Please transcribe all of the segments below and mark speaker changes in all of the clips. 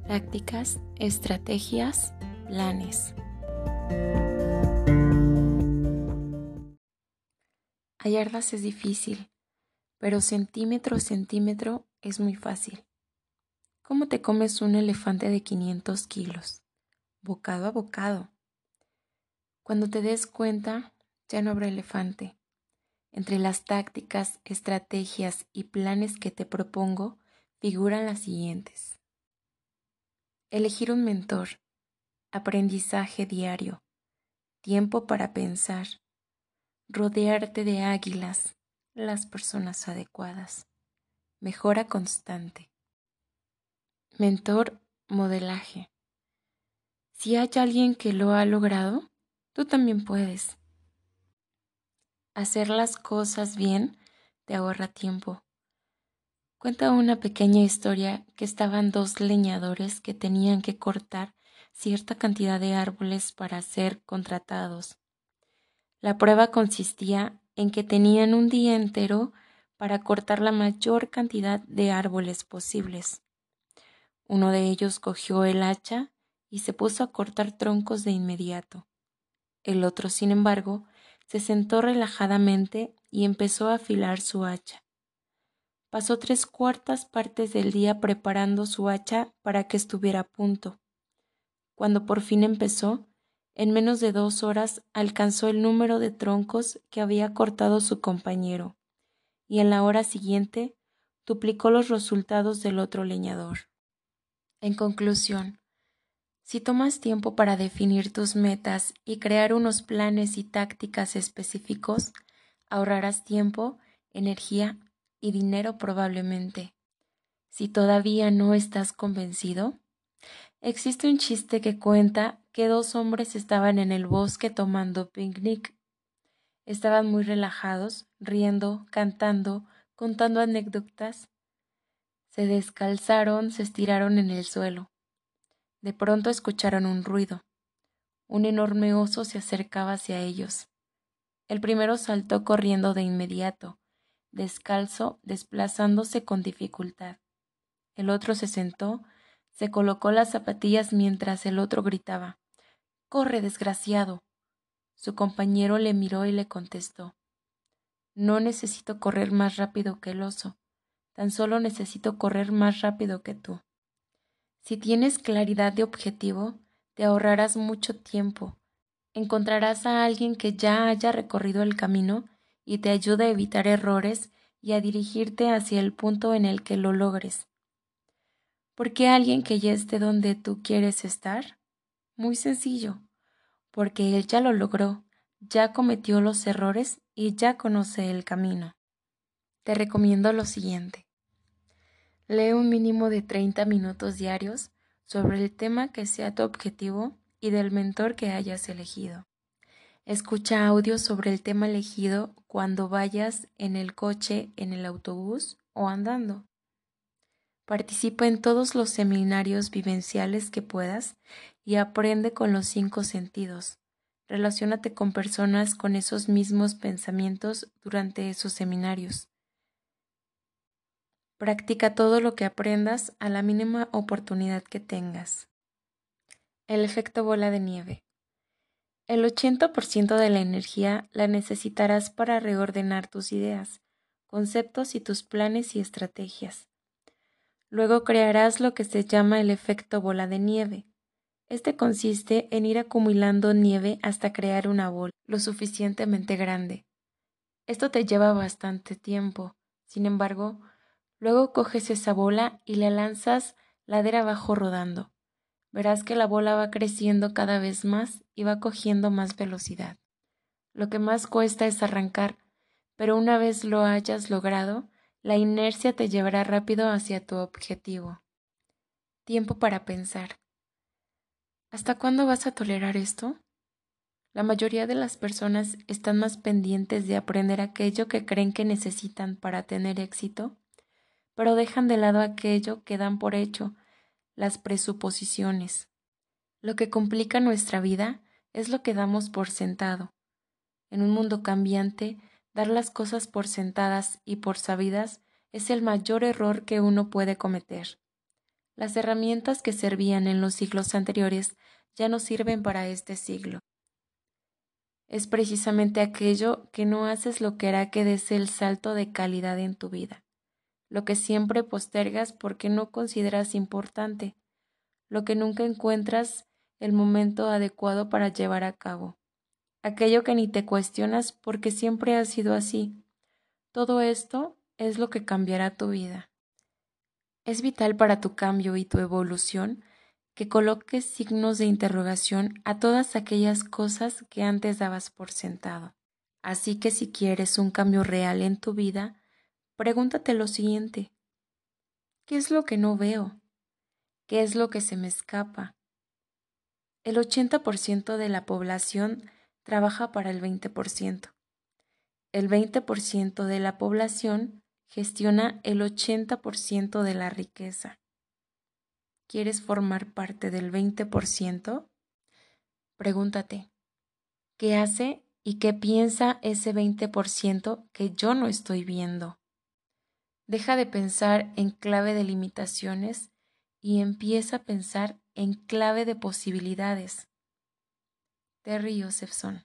Speaker 1: prácticas, estrategias, planes. Hallarlas es difícil, pero centímetro a centímetro es muy fácil. ¿Cómo te comes un elefante de 500 kilos? Bocado a bocado. Cuando te des cuenta, ya no habrá elefante. Entre las tácticas, estrategias y planes que te propongo, figuran las siguientes. Elegir un mentor, aprendizaje diario, tiempo para pensar, rodearte de águilas, las personas adecuadas, mejora constante. Mentor, modelaje. Si hay alguien que lo ha logrado, tú también puedes. Hacer las cosas bien te ahorra tiempo. Cuenta una pequeña historia que estaban dos leñadores que tenían que cortar cierta cantidad de árboles para ser contratados. La prueba consistía en que tenían un día entero para cortar la mayor cantidad de árboles posibles. Uno de ellos cogió el hacha y se puso a cortar troncos de inmediato. El otro, sin embargo, se sentó relajadamente y empezó a afilar su hacha. Pasó 3/4 partes del día preparando su hacha para que estuviera a punto. Cuando por fin empezó, en menos de 2 horas alcanzó el número de troncos que había cortado su compañero, y en la hora siguiente duplicó los resultados del otro leñador. En conclusión, si tomas tiempo para definir tus metas y crear unos planes y tácticas específicos, ahorrarás tiempo, energía y dinero probablemente. Si todavía no estás convencido, existe un chiste que cuenta que 2 hombres estaban en el bosque tomando picnic. Estaban muy relajados, riendo, cantando, contando anécdotas. Se descalzaron, se estiraron en el suelo. De pronto escucharon un ruido. Un enorme oso se acercaba hacia ellos. El primero saltó corriendo de inmediato, descalzo, desplazándose con dificultad. El otro se sentó, se colocó las zapatillas mientras el otro gritaba: «¡Corre, desgraciado!». Su compañero le miró y le contestó: «No necesito correr más rápido que el oso, tan solo necesito correr más rápido que tú». Si tienes claridad de objetivo, te ahorrarás mucho tiempo. Encontrarás a alguien que ya haya recorrido el camino y te ayude a evitar errores y a dirigirte hacia el punto en el que lo logres. ¿Por qué alguien que ya esté donde tú quieres estar? Muy sencillo, porque él ya lo logró, ya cometió los errores y ya conoce el camino. Te recomiendo lo siguiente. Lee un mínimo de 30 minutos diarios sobre el tema que sea tu objetivo y del mentor que hayas elegido. Escucha audios sobre el tema elegido cuando vayas en el coche, en el autobús o andando. Participa en todos los seminarios vivenciales que puedas y aprende con los 5 sentidos. Relaciónate con personas con esos mismos pensamientos durante esos seminarios. Practica todo lo que aprendas a la mínima oportunidad que tengas. El efecto bola de nieve. El 80% de la energía la necesitarás para reordenar tus ideas, conceptos y tus planes y estrategias. Luego crearás lo que se llama el efecto bola de nieve. Este consiste en ir acumulando nieve hasta crear una bola lo suficientemente grande. Esto te lleva bastante tiempo. Sin embargo, luego coges esa bola y la lanzas ladera abajo rodando. Verás que la bola va creciendo cada vez más y va cogiendo más velocidad. Lo que más cuesta es arrancar, pero una vez lo hayas logrado, la inercia te llevará rápido hacia tu objetivo. Tiempo para pensar. ¿Hasta cuándo vas a tolerar esto? La mayoría de las personas están más pendientes de aprender aquello que creen que necesitan para tener éxito, pero dejan de lado aquello que dan por hecho, las presuposiciones. Lo que complica nuestra vida es lo que damos por sentado. En un mundo cambiante, dar las cosas por sentadas y por sabidas es el mayor error que uno puede cometer. Las herramientas que servían en los siglos anteriores ya no sirven para este siglo. Es precisamente aquello que no haces lo que hará que des el salto de calidad en tu vida, lo que siempre postergas porque no consideras importante, lo que nunca encuentras el momento adecuado para llevar a cabo, aquello que ni te cuestionas porque siempre ha sido así. Todo esto es lo que cambiará tu vida. Es vital para tu cambio y tu evolución que coloques signos de interrogación a todas aquellas cosas que antes dabas por sentado. Así que si quieres un cambio real en tu vida, pregúntate lo siguiente: ¿qué es lo que no veo? ¿Qué es lo que se me escapa? El 80% de la población trabaja para el 20%. El 20% de la población gestiona el 80% de la riqueza. ¿Quieres formar parte del 20%? Pregúntate, ¿qué hace y qué piensa ese 20% que yo no estoy viendo? Deja de pensar en clave de limitaciones y empieza a pensar en clave de posibilidades. Terry Josephson.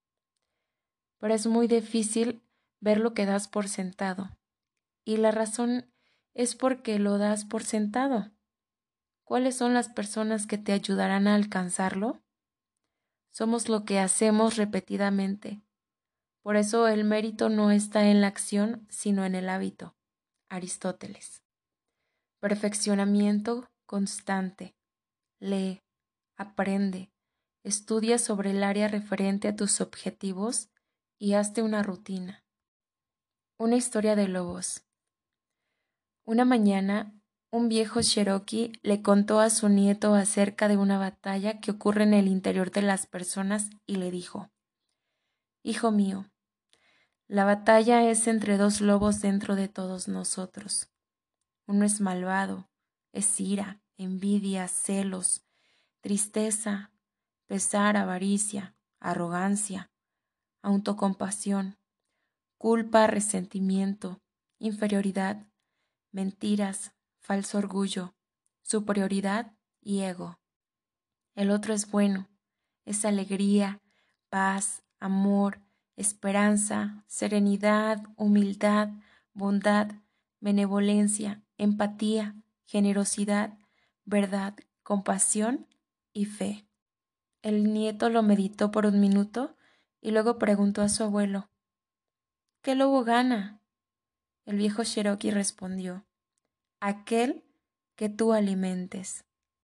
Speaker 1: Pero es muy difícil ver lo que das por sentado. Y la razón es porque lo das por sentado. ¿Cuáles son las personas que te ayudarán a alcanzarlo? Somos lo que hacemos repetidamente. Por eso el mérito no está en la acción, sino en el hábito. Aristóteles. Perfeccionamiento constante. Lee, aprende, estudia sobre el área referente a tus objetivos y hazte una rutina. Una historia de lobos. Una mañana, un viejo cherokee le contó a su nieto acerca de una batalla que ocurre en el interior de las personas y le dijo: Hijo mío, la batalla es entre dos lobos dentro de todos nosotros. Uno es malvado, es ira, envidia, celos, tristeza, pesar, avaricia, arrogancia, autocompasión, culpa, resentimiento, inferioridad, mentiras, falso orgullo, superioridad y ego. El otro es bueno, es alegría, paz, amor, esperanza, serenidad, humildad, bondad, benevolencia, empatía, generosidad, verdad, compasión y fe. El nieto lo meditó por un minuto y luego preguntó a su abuelo: ¿qué lobo gana? El viejo Cherokee respondió: aquel que tú alimentes.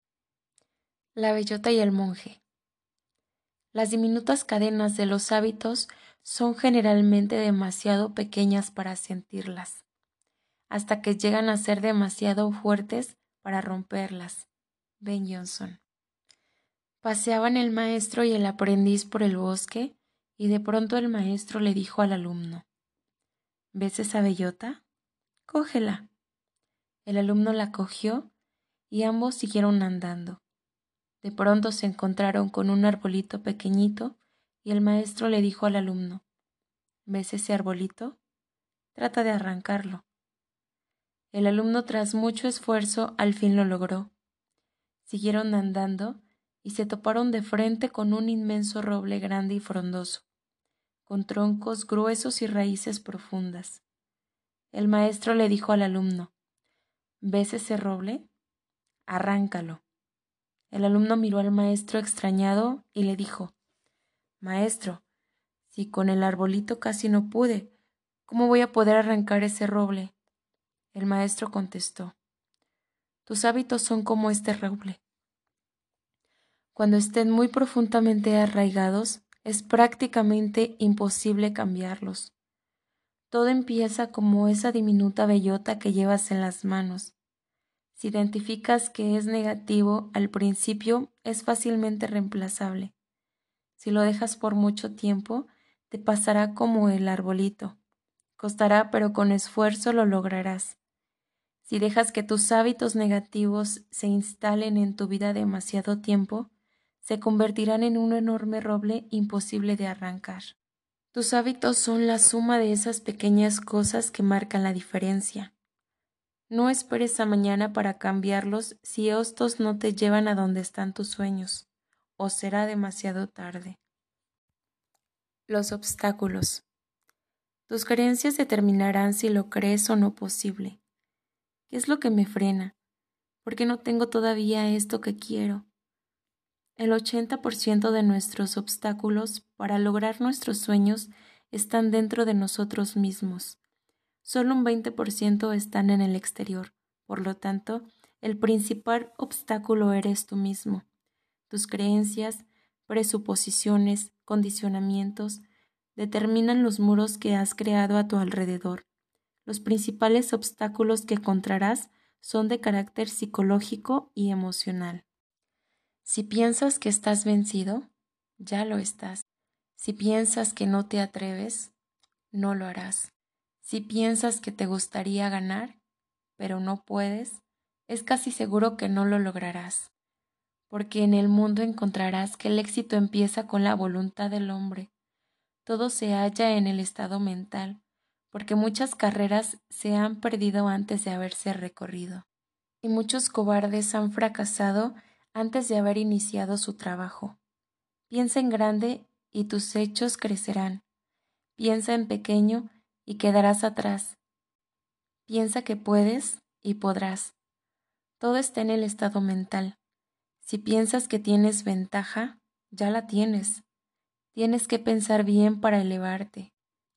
Speaker 1: La bellota y el monje. Las diminutas cadenas de los hábitos son generalmente demasiado pequeñas para sentirlas, hasta que llegan a ser demasiado fuertes para romperlas. Ben Jonson. Paseaban el maestro y el aprendiz por el bosque, y de pronto el maestro le dijo al alumno: ¿ves esa bellota? Cógela. El alumno la cogió y ambos siguieron andando. De pronto se encontraron con un arbolito pequeñito y el maestro le dijo al alumno: ¿ves ese arbolito? Trata de arrancarlo. El alumno, tras mucho esfuerzo, al fin lo logró. Siguieron andando y se toparon de frente con un inmenso roble grande y frondoso, con troncos gruesos y raíces profundas. El maestro le dijo al alumno: ¿ves ese roble? Arráncalo. El alumno miró al maestro extrañado y le dijo: Maestro, si con el arbolito casi no pude, ¿cómo voy a poder arrancar ese roble? El maestro contestó: tus hábitos son como este roble. Cuando estén muy profundamente arraigados, es prácticamente imposible cambiarlos. Todo empieza como esa diminuta bellota que llevas en las manos. Si identificas que es negativo al principio, es fácilmente reemplazable. Si lo dejas por mucho tiempo, te pasará como el arbolito. Costará, pero con esfuerzo lo lograrás. Si dejas que tus hábitos negativos se instalen en tu vida demasiado tiempo, se convertirán en un enorme roble imposible de arrancar. Tus hábitos son la suma de esas pequeñas cosas que marcan la diferencia. No esperes a mañana para cambiarlos si estos no te llevan a donde están tus sueños, o será demasiado tarde. Los obstáculos. Tus creencias determinarán si lo crees o no posible. ¿Qué es lo que me frena? ¿Por qué no tengo todavía esto que quiero? El 80% de nuestros obstáculos para lograr nuestros sueños están dentro de nosotros mismos. Solo un 20% están en el exterior. Por lo tanto, el principal obstáculo eres tú mismo. Tus creencias, presuposiciones, condicionamientos, determinan los muros que has creado a tu alrededor. Los principales obstáculos que encontrarás son de carácter psicológico y emocional. Si piensas que estás vencido, ya lo estás. Si piensas que no te atreves, no lo harás. Si piensas que te gustaría ganar, pero no puedes, es casi seguro que no lo lograrás, porque en el mundo encontrarás que el éxito empieza con la voluntad del hombre. Todo se halla en el estado mental, porque muchas carreras se han perdido antes de haberse recorrido, y muchos cobardes han fracasado antes de haber iniciado su trabajo. Piensa en grande y tus hechos crecerán. Piensa en pequeño y quedarás atrás. Piensa que puedes y podrás. Todo está en el estado mental. Si piensas que tienes ventaja, ya la tienes. Tienes que pensar bien para elevarte.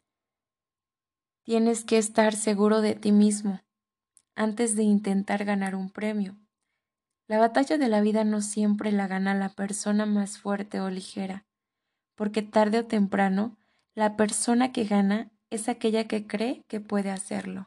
Speaker 1: Tienes que estar seguro de ti mismo antes de intentar ganar un premio. La batalla de la vida no siempre la gana la persona más fuerte o ligera, porque tarde o temprano la persona que gana es aquella que cree que puede hacerlo.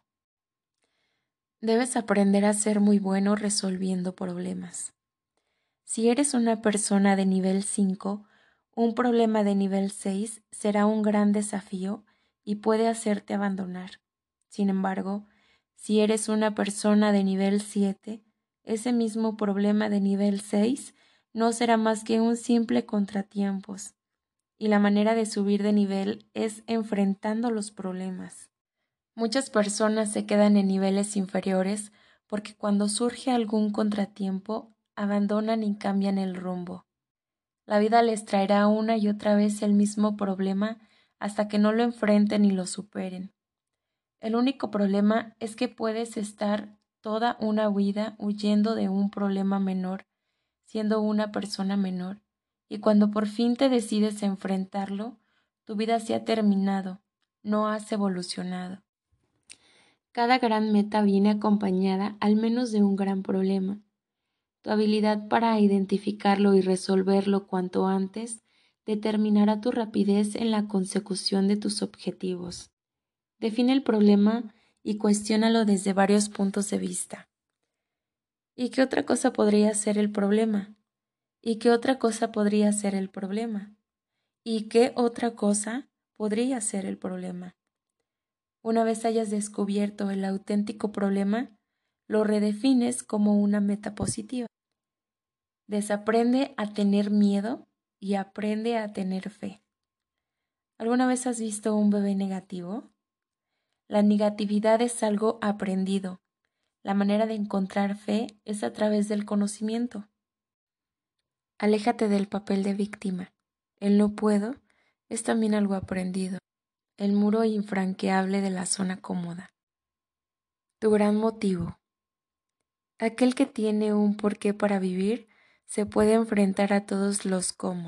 Speaker 1: Debes aprender a ser muy bueno resolviendo problemas. Si eres una persona de nivel 5, un problema de nivel 6 será un gran desafío y puede hacerte abandonar. Sin embargo, si eres una persona de nivel 7, ese mismo problema de nivel 6 no será más que un simple contratiempos, y la manera de subir de nivel es enfrentando los problemas. Muchas personas se quedan en niveles inferiores porque cuando surge algún contratiempo, abandonan y cambian el rumbo. La vida les traerá una y otra vez el mismo problema hasta que no lo enfrenten y lo superen. El único problema es que puedes estar toda una vida huyendo de un problema menor, siendo una persona menor, y cuando por fin te decides a enfrentarlo, tu vida se ha terminado, no has evolucionado. Cada gran meta viene acompañada al menos de un gran problema. Tu habilidad para identificarlo y resolverlo cuanto antes determinará tu rapidez en la consecución de tus objetivos. Define el problema y cuestiónalo desde varios puntos de vista. ¿Y qué otra cosa podría ser el problema? ¿Y qué otra cosa podría ser el problema? ¿Y qué otra cosa podría ser el problema? Una vez hayas descubierto el auténtico problema, lo redefines como una meta positiva. Desaprende a tener miedo y aprende a tener fe. ¿Alguna vez has visto un bebé negativo? La negatividad es algo aprendido. La manera de encontrar fe es a través del conocimiento. Aléjate del papel de víctima. El no puedo es también algo aprendido. El muro infranqueable de la zona cómoda. Tu gran motivo. Aquel que tiene un porqué para vivir se puede enfrentar a todos los cómo.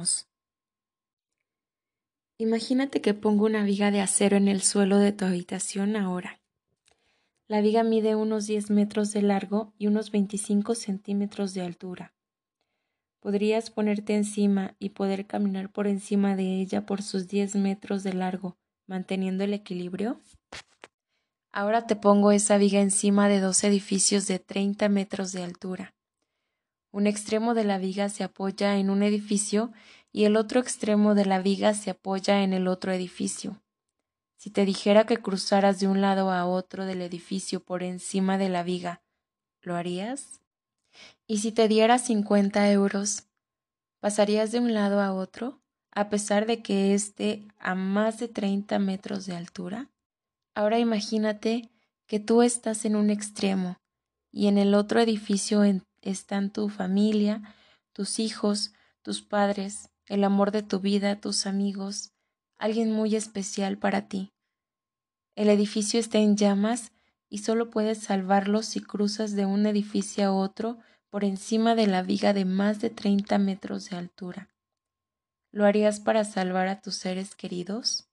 Speaker 1: Imagínate que pongo una viga de acero en el suelo de tu habitación ahora. La viga mide unos 10 metros de largo y unos 25 centímetros de altura. ¿Podrías ponerte encima y poder caminar por encima de ella por sus 10 metros de largo, manteniendo el equilibrio? Ahora te pongo esa viga encima de 2 edificios de 30 metros de altura. Un extremo de la viga se apoya en un edificio y el otro extremo de la viga se apoya en el otro edificio. Si te dijera que cruzaras de un lado a otro del edificio por encima de la viga, ¿lo harías? ¿Y si te diera 50 euros, pasarías de un lado a otro, a pesar de que esté a más de 30 metros de altura? Ahora imagínate que tú estás en un extremo y en el otro edificio están tu familia, tus hijos, tus padres, el amor de tu vida, tus amigos, alguien muy especial para ti. El edificio está en llamas y solo puedes salvarlo si cruzas de un edificio a otro por encima de la viga de más de 30 metros de altura. ¿Lo harías para salvar a tus seres queridos?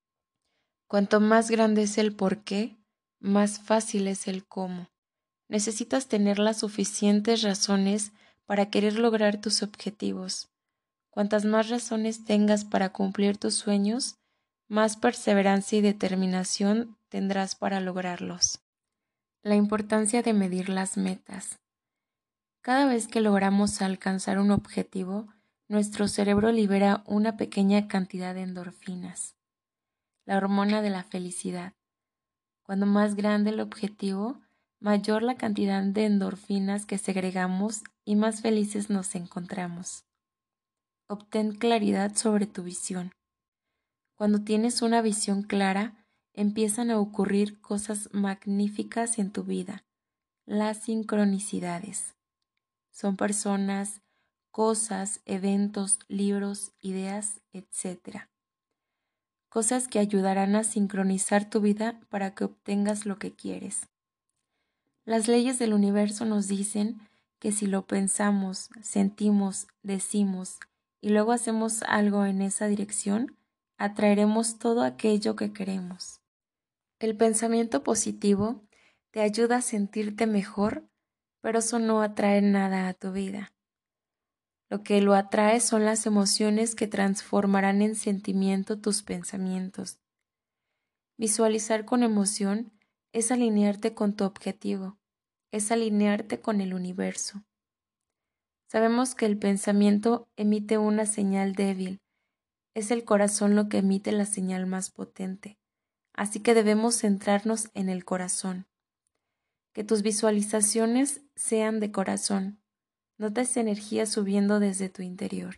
Speaker 1: Cuanto más grande es el por qué, más fácil es el cómo. Necesitas tener las suficientes razones para querer lograr tus objetivos. Cuantas más razones tengas para cumplir tus sueños, más perseverancia y determinación tendrás para lograrlos. La importancia de medir las metas. Cada vez que logramos alcanzar un objetivo, nuestro cerebro libera una pequeña cantidad de endorfinas, la hormona de la felicidad. Cuando más grande el objetivo, mayor la cantidad de endorfinas que segregamos y más felices nos encontramos. Obtén claridad sobre tu visión. Cuando tienes una visión clara, empiezan a ocurrir cosas magníficas en tu vida. Las sincronicidades. Son personas, cosas, eventos, libros, ideas, etc. Cosas que ayudarán a sincronizar tu vida para que obtengas lo que quieres. Las leyes del universo nos dicen que si lo pensamos, sentimos, decimos y luego hacemos algo en esa dirección, atraeremos todo aquello que queremos. El pensamiento positivo te ayuda a sentirte mejor, pero eso no atrae nada a tu vida. Lo que lo atrae son las emociones que transformarán en sentimiento tus pensamientos. Visualizar con emoción es alinearte con tu objetivo, es alinearte con el universo. Sabemos que el pensamiento emite una señal débil, es el corazón lo que emite la señal más potente, así que debemos centrarnos en el corazón. Que tus visualizaciones sean de corazón, nota esa energía subiendo desde tu interior.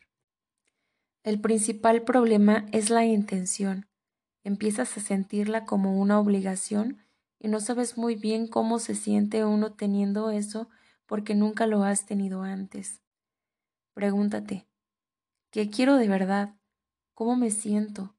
Speaker 1: El principal problema es la intención. Empiezas a sentirla como una obligación y no sabes muy bien cómo se siente uno teniendo eso porque nunca lo has tenido antes. Pregúntate, ¿qué quiero de verdad? ¿Cómo me siento?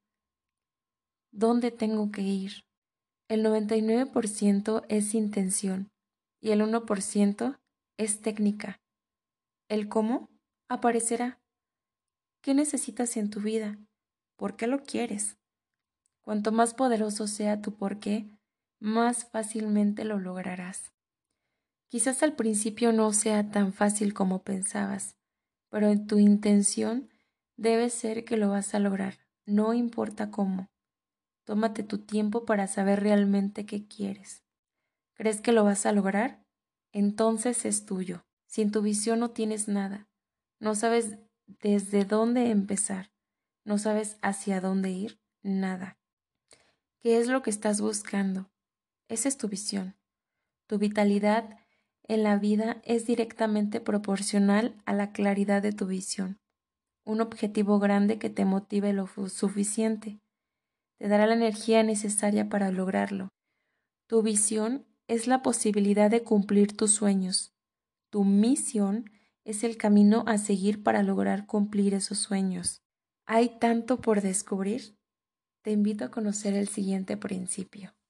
Speaker 1: ¿Dónde tengo que ir? El 99% es intención y el 1% es técnica. ¿El cómo? Aparecerá. ¿Qué necesitas en tu vida? ¿Por qué lo quieres? Cuanto más poderoso sea tu porqué, más fácilmente lo lograrás. Quizás al principio no sea tan fácil como pensabas, pero en tu intención debe ser que lo vas a lograr, no importa cómo. Tómate tu tiempo para saber realmente qué quieres. ¿Crees que lo vas a lograr? Entonces es tuyo. Sin tu visión no tienes nada. No sabes desde dónde empezar. No sabes hacia dónde ir. Nada. ¿Qué es lo que estás buscando? Esa es tu visión. Tu vitalidad en la vida es directamente proporcional a la claridad de tu visión. Un objetivo grande que te motive lo suficiente te dará la energía necesaria para lograrlo. Tu visión es la posibilidad de cumplir tus sueños. Tu misión es el camino a seguir para lograr cumplir esos sueños. Hay tanto por descubrir. Te invito a conocer el siguiente principio.